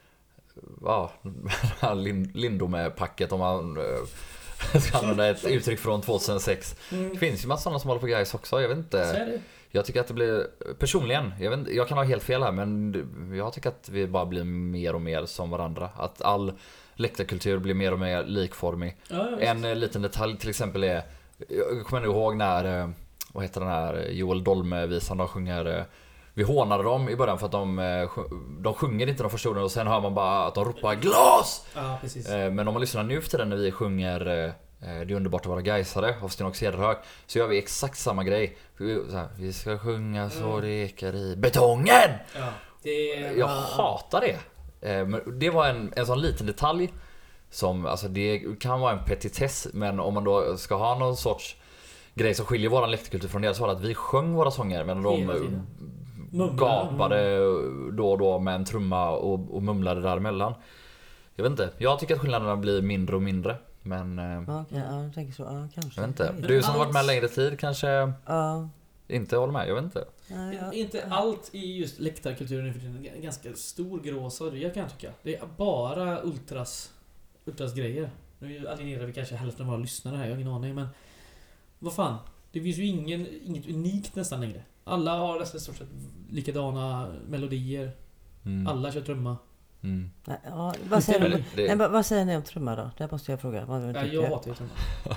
ja, Lind- Lindome-packet om man eh, ska använda ett uttryck från tjugohundrasex. Mm. Det finns ju massa sådana som håller på Gais också, jag vet Så inte. är det. Jag tycker att det blir, personligen, jag, vet, inte- jag kan ha helt fel här, men jag tycker att vi bara blir mer och mer som varandra. Att all läktarkultur blir mer och mer likformig. Ja, ja, visst. En eh, liten detalj till exempel är, jag kommer nog ihåg när, eh, vad heter den här Joel Dolme-visan de sjunger, eh, vi hånade dem i början för att de, eh, sj- de sjunger inte de första orden och sen hör man bara att de ropar glas! Ja, precis. Eh, Men om man lyssnar nu för tiden när vi sjunger eh, Det är underbart att vara Gaisare av Sten och Cederhök, så gör vi exakt samma grej. Vi, så här, vi ska sjunga så Mm. det ekar i betongen! Ja, det är... Jag hatar det. Eh, Men det var en, en sån liten detalj som, alltså det kan vara en petitess, men om man då ska ha någon sorts grej som skiljer våran läktarkultur från deras, var att vi sjöng våra sånger men de Hela tiden. eh, gapade då och då med en trumma och, och mumlade däremellan. Jag vet inte, jag tycker att skillnaderna blir mindre och mindre, men eh, Ja, okej, ja, jag tänker så. Ja, kanske. jag vet inte. Jag vet Du som har allt- varit med längre tid kanske Ja, inte håller med, jag vet inte. ja, ja. Inte allt i just läktarkulturen är för tiden en ganska stor grå sörja kan jag tycka. Det är bara ultras, ultras grejer. Nu alienerar vi kanske hälften av våra lyssnare här, jag har ingen aning, men vad fan. Det finns ju ingen, inget unikt nästan längre. Alla har nästan i stort sett likadana melodier. Mm. Alla kör trumma. Mm. Nej, ja, vad, säger Men ni, det, det, nej, vad vad säger ni om trumma då? Det måste jag fråga. Vad Ja, tycker jag jag? hatar ju trumma.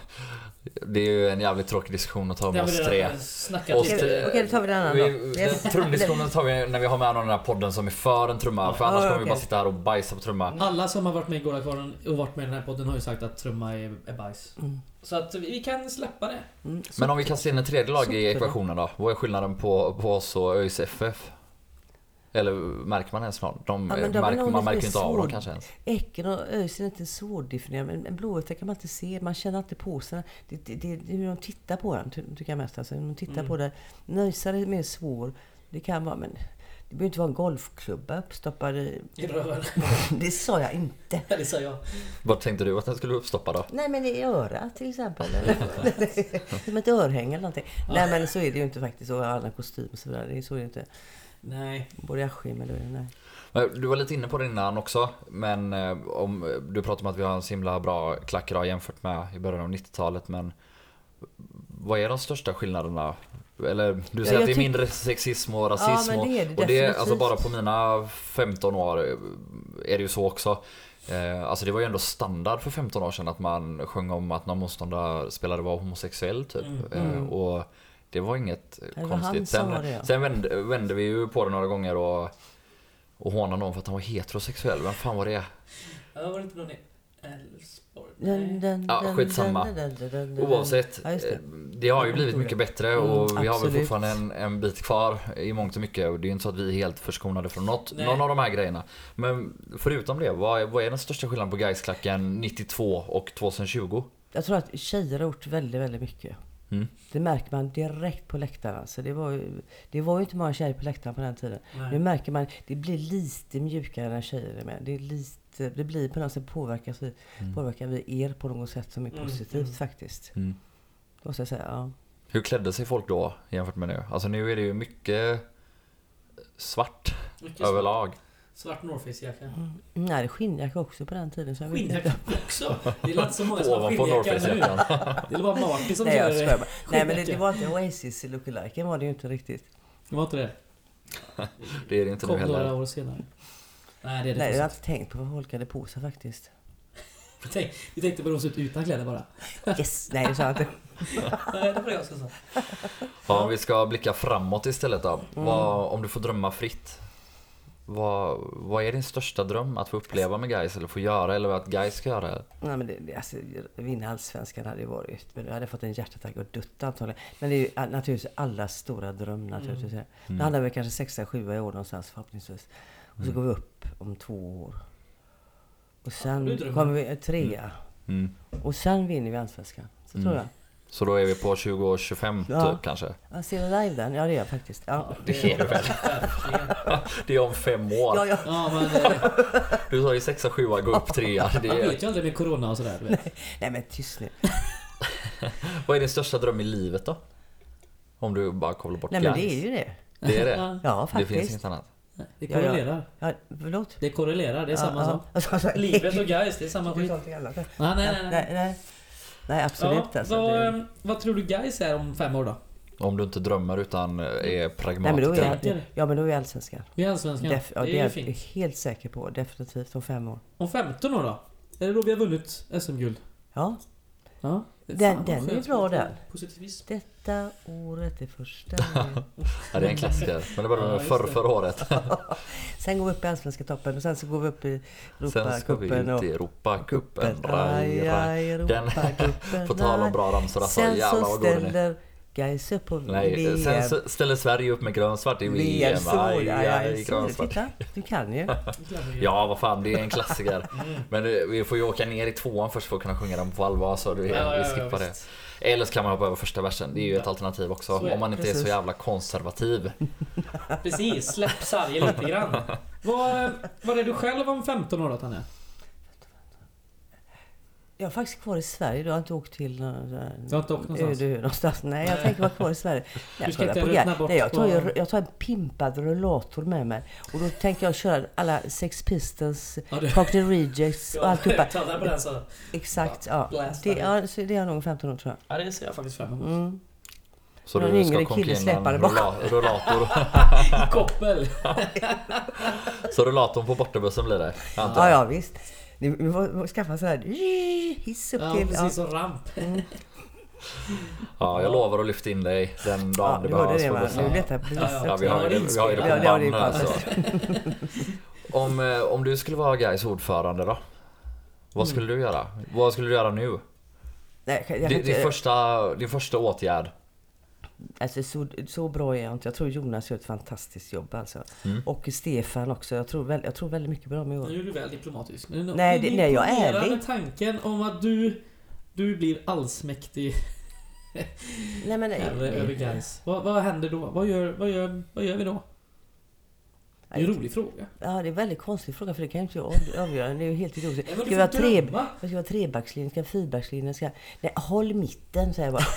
det är ju en jävligt tråkig diskussion att ta Det med har vi oss tre. redan snackat Oss lite. tre- Okej, då tar vi den andra då. Vi, Yes. den trumdiskussionen tar vi när vi har med någon i den här podden som är för en trumma. Ja. För annars Ja, kommer vi okej. bara sitta här och bajsa på trumma. Alla som har varit med i Gårdakvarnen och varit med i den här podden har ju sagt att trumma är, är bajs. Mm. Så att vi kan släppa det. Mm, Men om vi kan se en tredje lag i Super. ekvationen då? Vad är skillnaden på, på oss och ÖIS F F? Eller märker man ens någon? De, Ja, men de är märker, nog man lite märker mer inte av dem svår. kanske ens. Äcken och ÖIS är inte svårdefinierad, men en blåvita kan man inte se. Man känner inte på sig. Det, det, det, det är hur de tittar på den, ty- tycker jag mest. Alltså, hur de tittar Mm. på det. Nöjsare är mer svår. Det kan vara, men det behöver inte vara en golfklubba uppstoppad i... I röven. Det sa jag inte. Det säger jag. Vad tänkte du att den skulle uppstoppa då? Nej, men i örat till exempel. Eller, som ett örhänge eller någonting. Nej, men så är det ju inte faktiskt. Och alla kostym och sådär. Det är så är det inte. Nej. Både Askim eller nej. Men du var lite inne på det innan också. Men eh, om, du pratade om att vi har en så himla bra klack idag jämfört med i början av nittiotalet. Men vad är de största skillnaderna? Eller du säger jag att det är tyck- mindre sexism och rasism. Ja, men det är det och, och det, definitivt. alltså bara på mina femton år är det ju så också. Eh, alltså det var ju ändå standard för femton år sedan att man sjöng om att någon motståndare var homosexuell typ. Mm. Eh, Mm. och det var inget Det var han konstigt. som Sen, var det, ja. sen vände, vände vi ju på det några gånger och, och hånade någon för att han var heterosexuell. Vem fan var det? Ja, var det inte någon i Älvsborg? Dun, Nej. dun, Ja, dun, skitsamma. dun, dun, dun, dun, dun. Oavsett, Ja, just det. eh, det har ju blivit mycket bättre och Mm, vi har väl absolut. fortfarande en, en bit kvar i mångt och mycket. Och det är ju inte så att vi är helt förskonade från något, Nej. någon av de här grejerna. Men förutom det, vad är, vad är den största skillnaden på Gaisklacken nittiotvå och tjugohundratjugo? Jag tror att tjejer har gjort väldigt, väldigt mycket. Mm. Det märker man direkt på läktarna. Så det, var ju, det var ju inte många tjejer på läktarna på den tiden. Nu Nej. märker man det blir lite mjukare när tjejer är med. Det, är lite, det blir på något sätt påverkas vi, Mm. påverkar vi er på något sätt som är Mm, positivt mm. faktiskt. Mm. Måste jag säga. Ja. Hur klädde sig folk då jämfört med nu? Alltså nu är det ju mycket svart Mycket överlag. Svart North Face-jacka. Mm. Nej, det är skinnjacka också på den tiden. Så jag vet inte. Skinnjacka också? Det är inte så många som har Ovanpå North skinnjacka nu. Face-jackan. Det var Martin som Nej, jag körde skojar bara. Nej, men det, det skinnjacka. var inte Oasis lookalike, var det ju inte riktigt. Det var inte det? Det är det inte nu Kom några heller. år senare. Nej, det är det. Nej, jag har Nej, inte tänkt på vad folk hade på sig faktiskt. vi, tänkte, vi tänkte på hur de ser ut utan kläder bara. Yes, nej det sa jag inte. Nej, det var det jag ska säga. Ja, om vi ska blicka framåt istället då. Mm. Vad, om du får drömma fritt. Vad, vad är din största dröm? Att få uppleva med Gais eller få göra eller att Gais ska göra? Nej, men det, det, alltså, vinna allsvenskan hade ju varit, men jag hade fått en hjärtattack och dött antagligen. Men det är ju naturligtvis allas stora dröm naturligtvis. Mm. Det handlar väl kanske sexa, sjua i år någonstans förhoppningsvis. Och så Mm. går vi upp om två år. Och Ja, sen det är drömmen. kommer vi trea. Mm. Och sen vinner vi allsvenskan. Så Mm. tror jag. Så då är vi på tjugo tjugofem Ja. typ kanske. Jag ser du live den? Ja, det gör jag faktiskt. Ja, Det är det väl. Det är om fem år. ja, ja. Ja, men eh, Du sa ju sexa, sjua, gå upp trea. Det man är... vet ju aldrig med corona och sådär. Du vet. Nej, men tyst nu. Vad är din största dröm i livet då? Om du bara kopplar bort Nej, men Gais. det är ju det. Det är det. Ja, Ja, Det finns faktiskt. inget annat. det Ja, ja. korrelerar. Ja, förlåt? Det korrelerar, det är samma sak. Alltså, alltså, Livet och Gais, det är samma Det är skit. någonting annat. Nej, nej, nej. nej. Nej, nej. Nej, absolut. Ja, alltså, vad, det... vad tror du Gais är om fem år då? Om du inte drömmer utan är Nej, men då pragmatiker. är jag, ja, men då är jag allsvenskan. Vi är allsvenskan. Def, ja, det det är är ju jag fint. helt säker på. Definitivt om fem år. Om femton år då? Är det då vi har vunnit S M-guld? Ja, Ja. Det är Den- fan vad den är skönt bra, med den. Positivism. detta året är första. Ja, det är en klassiker. Men det var Ja, med just förr, det. förra året. Sen går vi upp i allsvenska toppen och sen så går vi upp i Sen ska vi Europacupen ut i och Europacupen. Aj, Raj, raj. aj, Den, Europacupen. på tal om bra ramsor, alltså Sen jävlar så vad god den är. ställer Gais upp på Nej, V M. sen så ställer Sverige upp med grönsvart i V V M. M. Så, Aj, ja, aj, ja, så, grönsvart. titta, du kan ju. Ja, vad fan, det är en klassiker. Men eh, vi får ju åka ner i tvåan först för att kunna sjunga den på allvar, så det, Ja, ja, vi ja, skippar det. visst. Eller så kan man hoppa över första versen. Det är ju ett Ja. alternativ också. Så är Om man inte är precis. så jävla konservativ. Precis, släpp sargen lite grann. Vad, vad är du själv om femton år då, Tanne? Jag är faktiskt kvar i Sverige. Du har inte åkt till någon, Du har inte åkt någonstans? öde ö någonstans. Nej, jag tänker vara kvar i Sverige. Du ska jag, inte på- ruttna bort Nej, jag, tar ju, på- jag tar en pimpad rullator med mig. Och då tänker jag köra alla Sex Pistols, Ja, du- Cockney Rejects och alltihopa. Ta den på den så. Exakt, ja. Blasta Det, det. ja, så det är nog femton år tror Ja, det ser jag faktiskt fram emot. jag. Mm. Så Någon du ska yngre konka kille in en släpar det rulla, rullator. Koppel! Så rullatorn på bortabussen blir det, antar Ja, jag. ja, visst. Ni vi får skaffa sån här hiss upp Ja, till... precis som ramp. Ja, jag lovar att lyfta in dig den dagen Ja, det du hörde behövs det på va? bussen. Nu letar jag på Ja, ja. Ja, vi har ju det, vi har ju det på Ja, det har vi band på här, band. så. Om, eh, om du skulle vara Gais ordförande då? Vad skulle du göra? Vad skulle du göra nu? Nej, jag kan Din, inte- din, första, din första åtgärd? Alltså, så, så bra är jag inte. Jag tror Jonas gör ett fantastiskt jobb alltså. Mm. Och Stefan också. Jag tror, väl, jag tror väldigt mycket på dem i år. Nu är du väl diplomatisk. Men det är Nej, det- nej, jag är imponerande ärlig. tanken om att du, du blir allsmäktig Nej, men, herre över Gais. Vad, vad händer då? Vad gör, vad, gör, vad gör vi då? Det är en rolig fråga. Ja, det är en väldigt konstig fråga för det kan ju inte jag av- avgöra. Det är ju helt idiotiskt. Ja, men Ska du vi ha får tre, drömma. ska vi ha trebackslinje? Ska vi ha fyrbackslinje? Ska... Nej, håll mitten säger jag bara.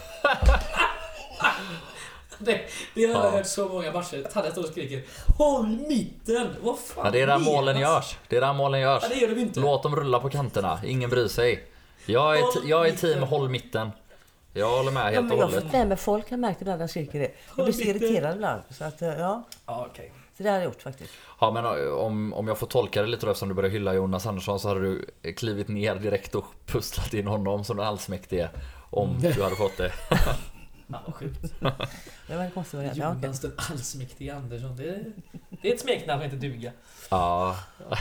Det, det har jag Ja. hört så många matcher. Tanne står och skriker håll mitten! Vad fan Ja, det är där menas? målen görs. Det är där målen görs. Ja, det gör de inte. Låt dem rulla på kanterna. Ingen bryr sig. Jag är, Håll t- jag är team mitten. håll mitten. Jag håller med Ja, helt men och jag hållet. får med mig folk har märkt ibland när jag skriker det. Jag blir så Håll mitten. irriterad ibland. Så att, eh, ja. Ja, okej. Så det har jag gjort faktiskt. Ja, men om, om jag får tolka det lite då, eftersom du börjar hylla Jonas Andersson, så hade du klivit ner direkt och pusslat in honom som den allsmäktige. Om du hade fått det. Ja, vad sjukt. Det var en konstig variant. Ja, okej. Jonas den allsmäktige Andersson. Det är, det är ett smeknamn, inte duga. Ja.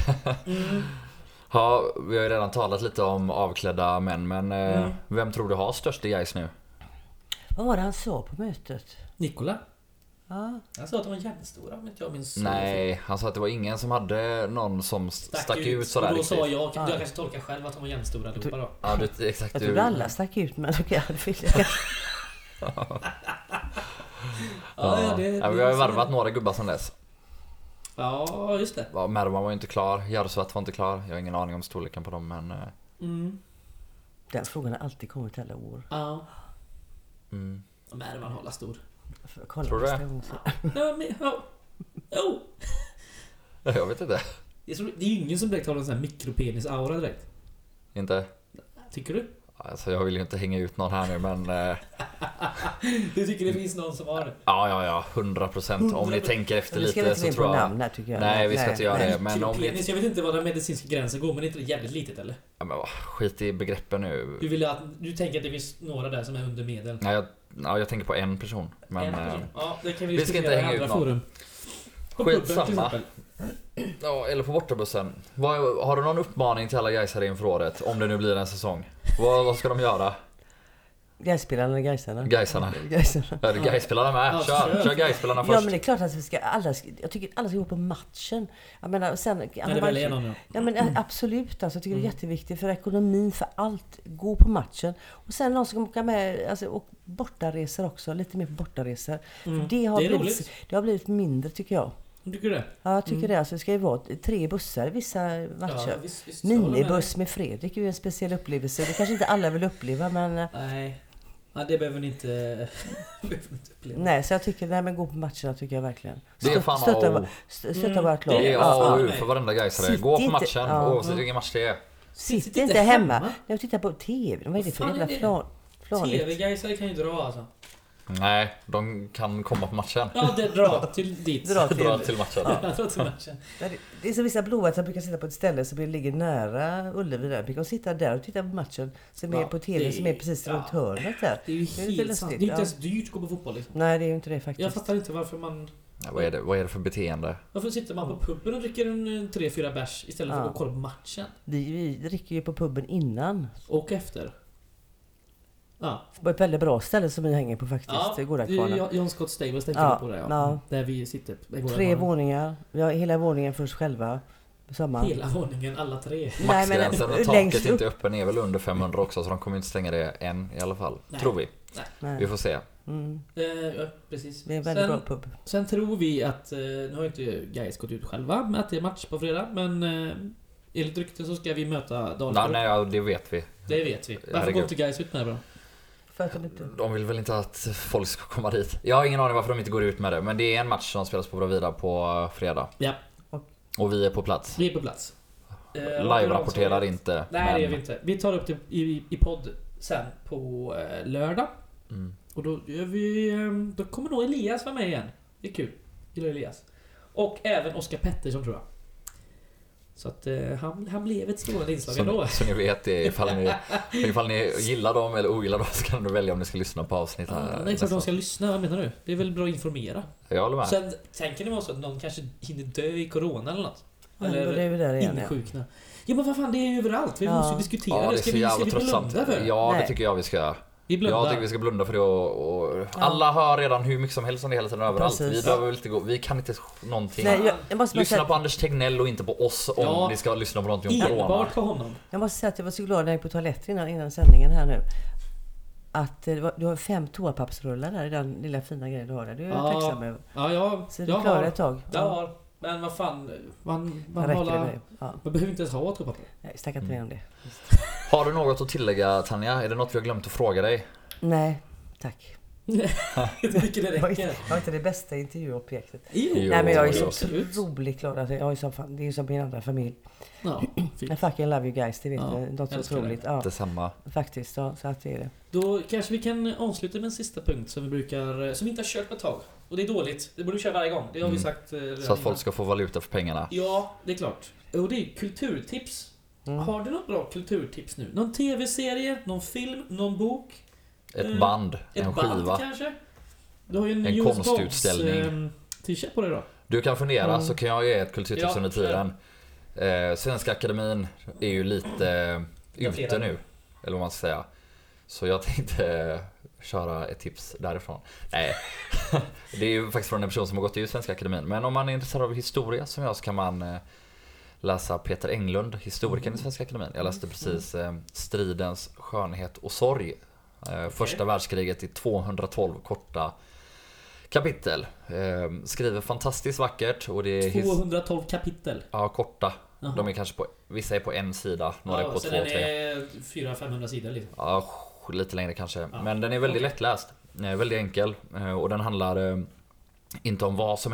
Ja, vi har ju redan talat lite om avklädda män, men eh, Mm. vem tror du har störst i Gais nu? Vad var det han sa på mötet? Nikola. Ja. Han sa att de var jättestora om inte jag minns så fel. Nej, han sa att det var ingen som hade någon som stack, stack ut sådär Och då riktigt. sa jag, Ja. jag kanske tolkar själv att de var jämnstora allihopa då. Ja, du, exakt. Jag Du, trodde alla stack ut men okej, jag hade fel. ja, Ja, ja, det- ja, det vi har ju är så. varvat några gubbar sedan dess. Ja, just det. Ja, Mervan var ju inte klar, Järvsvett var inte klar. Jag har ingen aning om storleken på dem, men... eh, Mm. Den frågan har alltid kommit alla år. Ja. Mm. Men man håller stor. För- Kolla Tror du nästa det? gång så. Ja, men, ja. Oh! Jag vet inte. Det är, så, det är ju ingen som direkt har en sån här mikropenis-aura direkt. Inte? Tycker du? Alltså jag vill ju inte hänga ut någon här nu, men... Eh... Du tycker det finns någon som har det? Ja, ja, ja. hundra procent. Om ni tänker efter Vi ska lite inte så in tror på jag... namn här, tycker jag. Nej, vi ska Nej, inte göra nej. det. Men om Penis, ni... jag vet inte var den medicinska gränsen går, men det är inte det jävligt litet eller? Ja, men vad, skit i begreppen nu. Du vill att, du tänker att det finns några där som är under medel? Nej, jag, ja, jag tänker på en person. Men... En person. Eh... Ja, det kan vi, vi ska diskutera inte i hänga andra ut någon. forum. På puben, Skitsamma. till exempel. Ja, eller på bortabussen. Vad, har du någon uppmaning till alla Gaisare inför året? Om det nu blir en säsong. Vad, vad ska de göra? Gaispelarna eller Gaisarna? Gaisarna. Gaisarna. Ja, det är Gaispelarna med. Ja, Kör, kör. kör Gaispelarna Ja, först. men det är klart att vi ska, alla, ska- jag tycker alla ska gå på matchen. Jag menar, sen... När det väl är någon, ja. Ja, men ä- absolut, alltså, jag tycker det är jätteviktigt för ekonomin, för allt. Gå på matchen. Och sen någon som åka med, alltså, och bortaresor också, lite mer på bortaresor. Mm. För det har, Det är blivit, roligt. det har blivit mindre, tycker jag. Tycker du det? Ja, jag tycker Mm. det. Alltså, det ska ju vara tre bussar i vissa matcher. Ja, visst, visst, jag håller med Minibuss med Fredrik är ju en speciell upplevelse. Det kanske inte alla vill uppleva, men... dig. Nej. Ja, det behöver ni inte, behöver ni inte uppleva. Nej, så jag tycker, nej men gå på matcherna tycker jag verkligen. Det är Stött- fan stötta, A och O. st- stötta Mm, vårt lag. Det är Ja, A ja, och U nej. för varenda Gaisare. Sitt Gå på inte- matchen ja. oavsett vilken match det är. Sitt Sitt inte inte hemma. hemma. Jag tittar på T V. Vad är det Vad för fan jävla är det? plan, planigt? T V-gaisare kan ju dra alltså. Nej, de kan komma på matchen. Ja, det dra till dit. Dra till. Dra till matchen. Ja, dra till matchen. Ja, det- Det är så vissa blåvita som brukar sitta på ett ställe som ligger nära Ullevi där. Brukar de sitta där och titta på matchen som är Ja, på T V det- som är precis ja. runt hörnet där. Det är ju Det är lite helt sant. Det är lustigt, ju inte ja. ens dyrt att gå på fotboll liksom. Nej, det är ju inte det Jag faktiskt. fattar inte varför man... Ja, vad, är det, vad är det för beteende? Varför sitter man på puben och dricker en tre fyra bärs istället för Ja. att kolla på matchen? Vi, vi dricker ju på puben innan. Och efter. Ja. På ett väldigt bra ställe som vi hänger på faktiskt. Ja, Ja, Goda det är kvarnen. John- John Scott Stables tänker Ja, du på det ja. ja. Där vi sitter. i Goda Tre kvarnen. våningar. Vi har hela våningen för oss själva. På sommaren. Hela våningen, alla tre. Nej, men Maxgränsen och längst taket är inte upp. öppen är väl under femhundra också, så de kommer inte stänga det än i alla fall. Nej. Tror vi. Vi Nej. får se. Mm. Eh, ja, precis. Det är en väldigt Sen- bra pub. Sen tror vi att, eh, nu har ju inte Gais gått ut själva med att det är match på fredag, men eh, enligt rykten så ska vi möta Nej, Dalkurd. nej, ja, det vet vi. Det vet vi. Varför Herregud. går inte Gais ut med det då? För att de inte... De vill väl inte att folk ska komma dit. Jag har ingen aning varför de inte går ut med det. Men det är en match som spelas på Bravida på fredag. Ja, Och vi är på plats. vi är på plats. Eh, Live-rapporterar vi- inte. Nej, men... det gör vi inte. Vi tar upp det i, i podd sen på eh, lördag. Mm. Och då gör vi... eh, Då kommer nog Elias vara med igen. Det är kul. Gillar Elias. Och även Oskar Pettersson tror jag. Så att eh, han, han blev ett stående inslag Så, ändå. så ni vet det, ifall ni, ifall ni gillar dem eller ogillar dem så kan du välja om ni ska lyssna på avsnitt Ja, här. det är klart de ska lyssna, vad menar du? Det är väl bra att informera. Jag håller med. Sen tänker ni vara så att någon kanske hinner dö i corona eller något? Ja, men det är ju där igen, ja. insjukna. Ja men vad fan, det är ju överallt. Vi Ja. måste ju diskutera Ja, det är Ska så vi, ska jävla vi tröttsamt. blunda för det? Ja, det Nej. tycker jag vi ska. Vi blundar. Jag tycker vi ska blunda för det och, och alla hör redan hur mycket som helst om det hela tiden överallt. Precis. Vi behöver väl inte gå, vi kan inte någonting. Nej, jag, jag, måste bara Lyssna säga, på Anders Tegnell och inte på oss om Ja. ni ska lyssna på någonting om corona. Enbart på honom. jag måste säga att jag var så glad när jag gick på toaletten innan, innan sändningen här nu. Att eh, det var, du har fem toapappersrullar där i den lilla fina grejen du har där. Det är jag Ja. tacksam över. Ja, jag, Så jag du klarar har. ett tag. Jag har. Men vad fan, man, man, räcker det hålla, med det. Ja. man behöver inte ens ha toapapper. Nej, snacka inte mer om det. Har du något att tillägga Tanja? Är det något vi har glömt att fråga dig? Nej, tack. Jag tycker det Jag har räcker. inte- jag har inte det bästa intervjuobjektet. Jo. Jo. Nej, men jag är så absolut. otroligt glad. Alltså, jag är som fan, det är ju som min andra familj. Ja, fint. I fucking love you guys, det vet Ja, du. Något så älskar det. otroligt. Ja, Detsamma. faktiskt. Ja, så att det är det. Då kanske vi kan avsluta med en sista punkt som vi brukar, som vi inte har kört på ett tag. Och det är dåligt. Det borde vi köra varje gång. Det har vi Mm. sagt eh, redan Så att folk innan. ska få valuta för pengarna. Ja, det är klart. Och det är kulturtips. Mm. Har du något bra kulturtips nu? Någon tv-serie? Någon film? Någon bok? Ett Eh, band, Ett en band skiva. kanske? Du har ju en, En U S konstutställning. Gods, ehm, t-shirt på dig då. Du kan fundera Mm. så kan jag ge ett kulturtips Ja, under tiden. Eh, Svenska Akademin är ju lite eh, ute Daterad. nu. Eller vad man ska säga. Så jag tänkte eh, köra ett tips därifrån. Nej, det är ju faktiskt från en person som har gått i Svenska Akademin. Men om man är intresserad av historia som jag så kan man eh, läsa Peter Englund, historikern i Svenska Akademin. Jag läste precis eh, Stridens skönhet och sorg. Eh, första världskriget i tvåhundratolv korta kapitel. Eh, skriver fantastiskt vackert och det är his- tvåhundratolv kapitel. ja, korta. Jaha. De är kanske på, vissa är på en sida, några är på så två, den tre. är fyra till femhundra sidor liksom. Ja, lite längre kanske. Ja. Men den är väldigt Okej. lättläst. Eh, väldigt enkel. Eh, och den handlar eh, inte om vad som hände.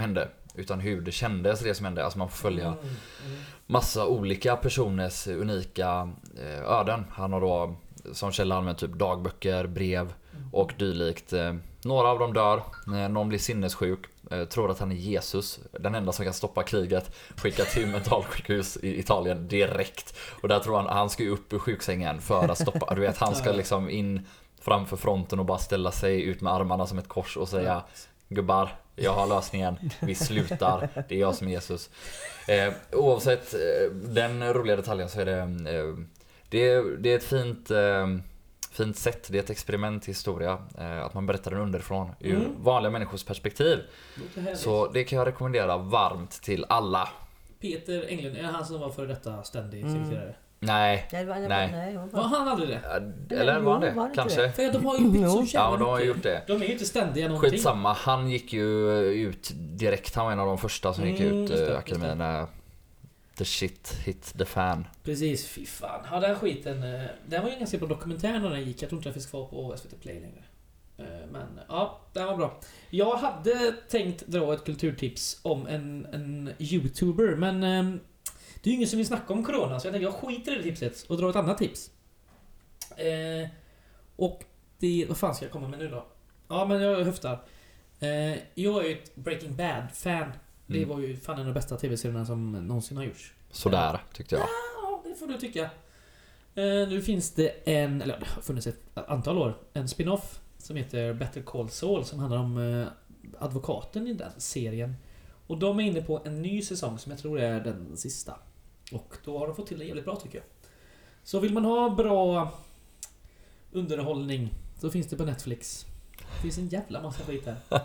utan hur det kändes, det som hände. Alltså man får följa massa olika personers unika öden. Han har då som källa använt typ dagböcker, brev och dylikt. Några av dem dör, någon blir sinnessjuk, tror att han är Jesus, den enda som kan stoppa kriget, skickar till mentalsjukhus i Italien direkt. Och där tror han, han ska ju upp ur sjuksängen för att stoppa, du vet, han ska liksom in framför fronten och bara ställa sig ut med armarna som ett kors och säga: gubbar, jag har lösningen, vi slutar, det är jag som är Jesus. eh, Oavsett eh, den roliga detaljen så är det eh, det, är, det är ett fint eh, fint sätt, det är ett experiment i historia, eh, att man berättar den underifrån ur mm. vanliga människors perspektiv. Det så det kan jag rekommendera varmt till alla. Peter Englund, är han som var för detta ständig sekreterare? Mm. Nej, nej, var, nej. nej var, var han aldrig det? Eller nej, var han det? Var det kanske det? För de har ju bytt så ja, de har gjort det. De är ju inte ständiga någonting. Skitsamma, han gick ju ut direkt. Han var en av de första som gick mm, ut uh, akademin när the shit hit the fan. Precis, fy fan. Ja, den skiten, den var ju en ganska bra dokumentär när den gick. Jag tror inte den finns kvar på S V T Play längre. Men ja, den var bra. Jag hade tänkt dra ett kulturtips om en, en YouTuber, men det är ju ingen som vill snacka om corona, så jag tänkte jag skiter i det tipset och drar ett annat tips. Eh, och det, vad fan ska jag komma med nu då? Ja, men jag höftar. Eh, jag är ju ett Breaking Bad-fan. Mm. Det var ju fan en av de bästa tv-serierna som någonsin har gjorts. Sådär, tyckte jag. Ja, det får du tycka. Eh, nu finns det en, eller det har funnits ett antal år, en spin-off som heter Better Call Saul, som handlar om eh, advokaten i den serien. Och de är inne på en ny säsong som jag tror är den sista. Och då har de fått till det jävligt bra, tycker jag. Så vill man ha bra underhållning så finns det på Netflix. Det finns en jävla massa skit här.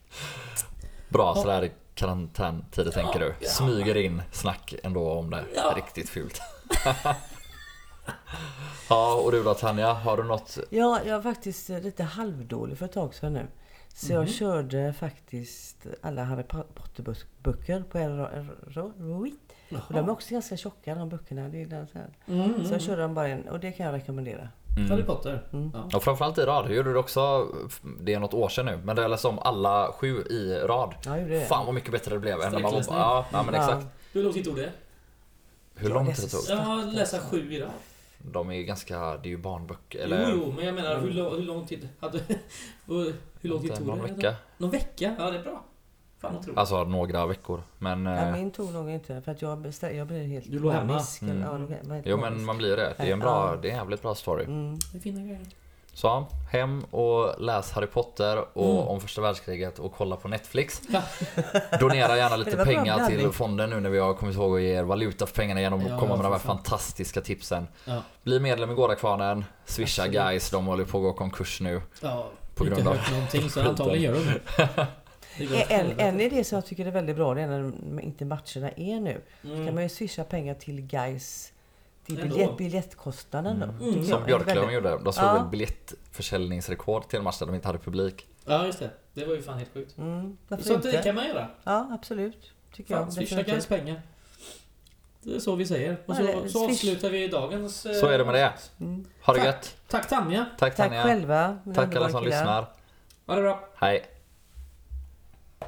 Bra, så där i karantäntider, ja, tänker du. Ja. Smyger in snack ändå om det. Ja. Riktigt fult. Ja, och du då, Tanja, har du något? Ja, jag var faktiskt lite halvdålig för ett tag sedan nu. Så mm. jag körde faktiskt alla Harry Potter-böcker på en roit. Och de är också ganska tjocka, de böckerna. Det är där så här. Mm. Så jag körde dem bara en, och det kan jag rekommendera. Mm. Harry Potter. Mm. Ja. Och framförallt i rad. Jag gjorde det också, det är något år sedan nu, men det jag läste om alla sju i rad. Ja, det. Fan vad mycket bättre det blev än när man var, ja, ja, men exakt. Hur lång tid tog det? Hur lång tid det tog? Ja, läsa sju i rad. De är ganska, det är ju barnböcker eller... Jo, jo, men jag menar hur, lång, hur lång tid hade hur lång tid tog någon det? Vecka. Någon vecka? Ja, det är bra. Fan, otroligt. Alltså några veckor, men... Ja, min tog nog inte, för att jag, beställ, jag blev helt... Du låg hemma? Mm. Ja, det, jo, men man blir det. Det är en bra, det är en jävligt bra story. Mm. Det är fina grejer. Så, hem och läs Harry Potter och mm. om första världskriget och kolla på Netflix. Ja. Donera gärna lite pengar till fonden nu när vi har kommit ihåg att ge er valuta för pengarna genom att ja, komma med de här fan. fantastiska tipsen. Ja. Bli medlem i Gårdakvarnen, swisha Absolut. guys, de håller på att gå konkurs nu. Ja, på grund av någonting så antagligen gör de en, en idé som jag tycker är väldigt bra, det är när inte matcherna är nu. Mm. Så kan man ju swisha pengar till guys. Till biljett, biljettkostnaden då. Mm. Mm. Som Björklöven gjorde. De slog ja. väl biljettförsäljningsrekord till en match där de inte hade publik. Ja, just det. Det var ju fan helt sjukt. Mm. Så det kan man göra. Ja, absolut. Tycker fan, jag. Swisha guys pengar. Det är så vi säger. Och så, ja, så avslutar vi dagens... Så är det med det. Mm. Ha det Tack. gött. Tack Tanja. Tack Tanja. Tack själva. Tack alla som lyssnar. Ha det bra. Hej.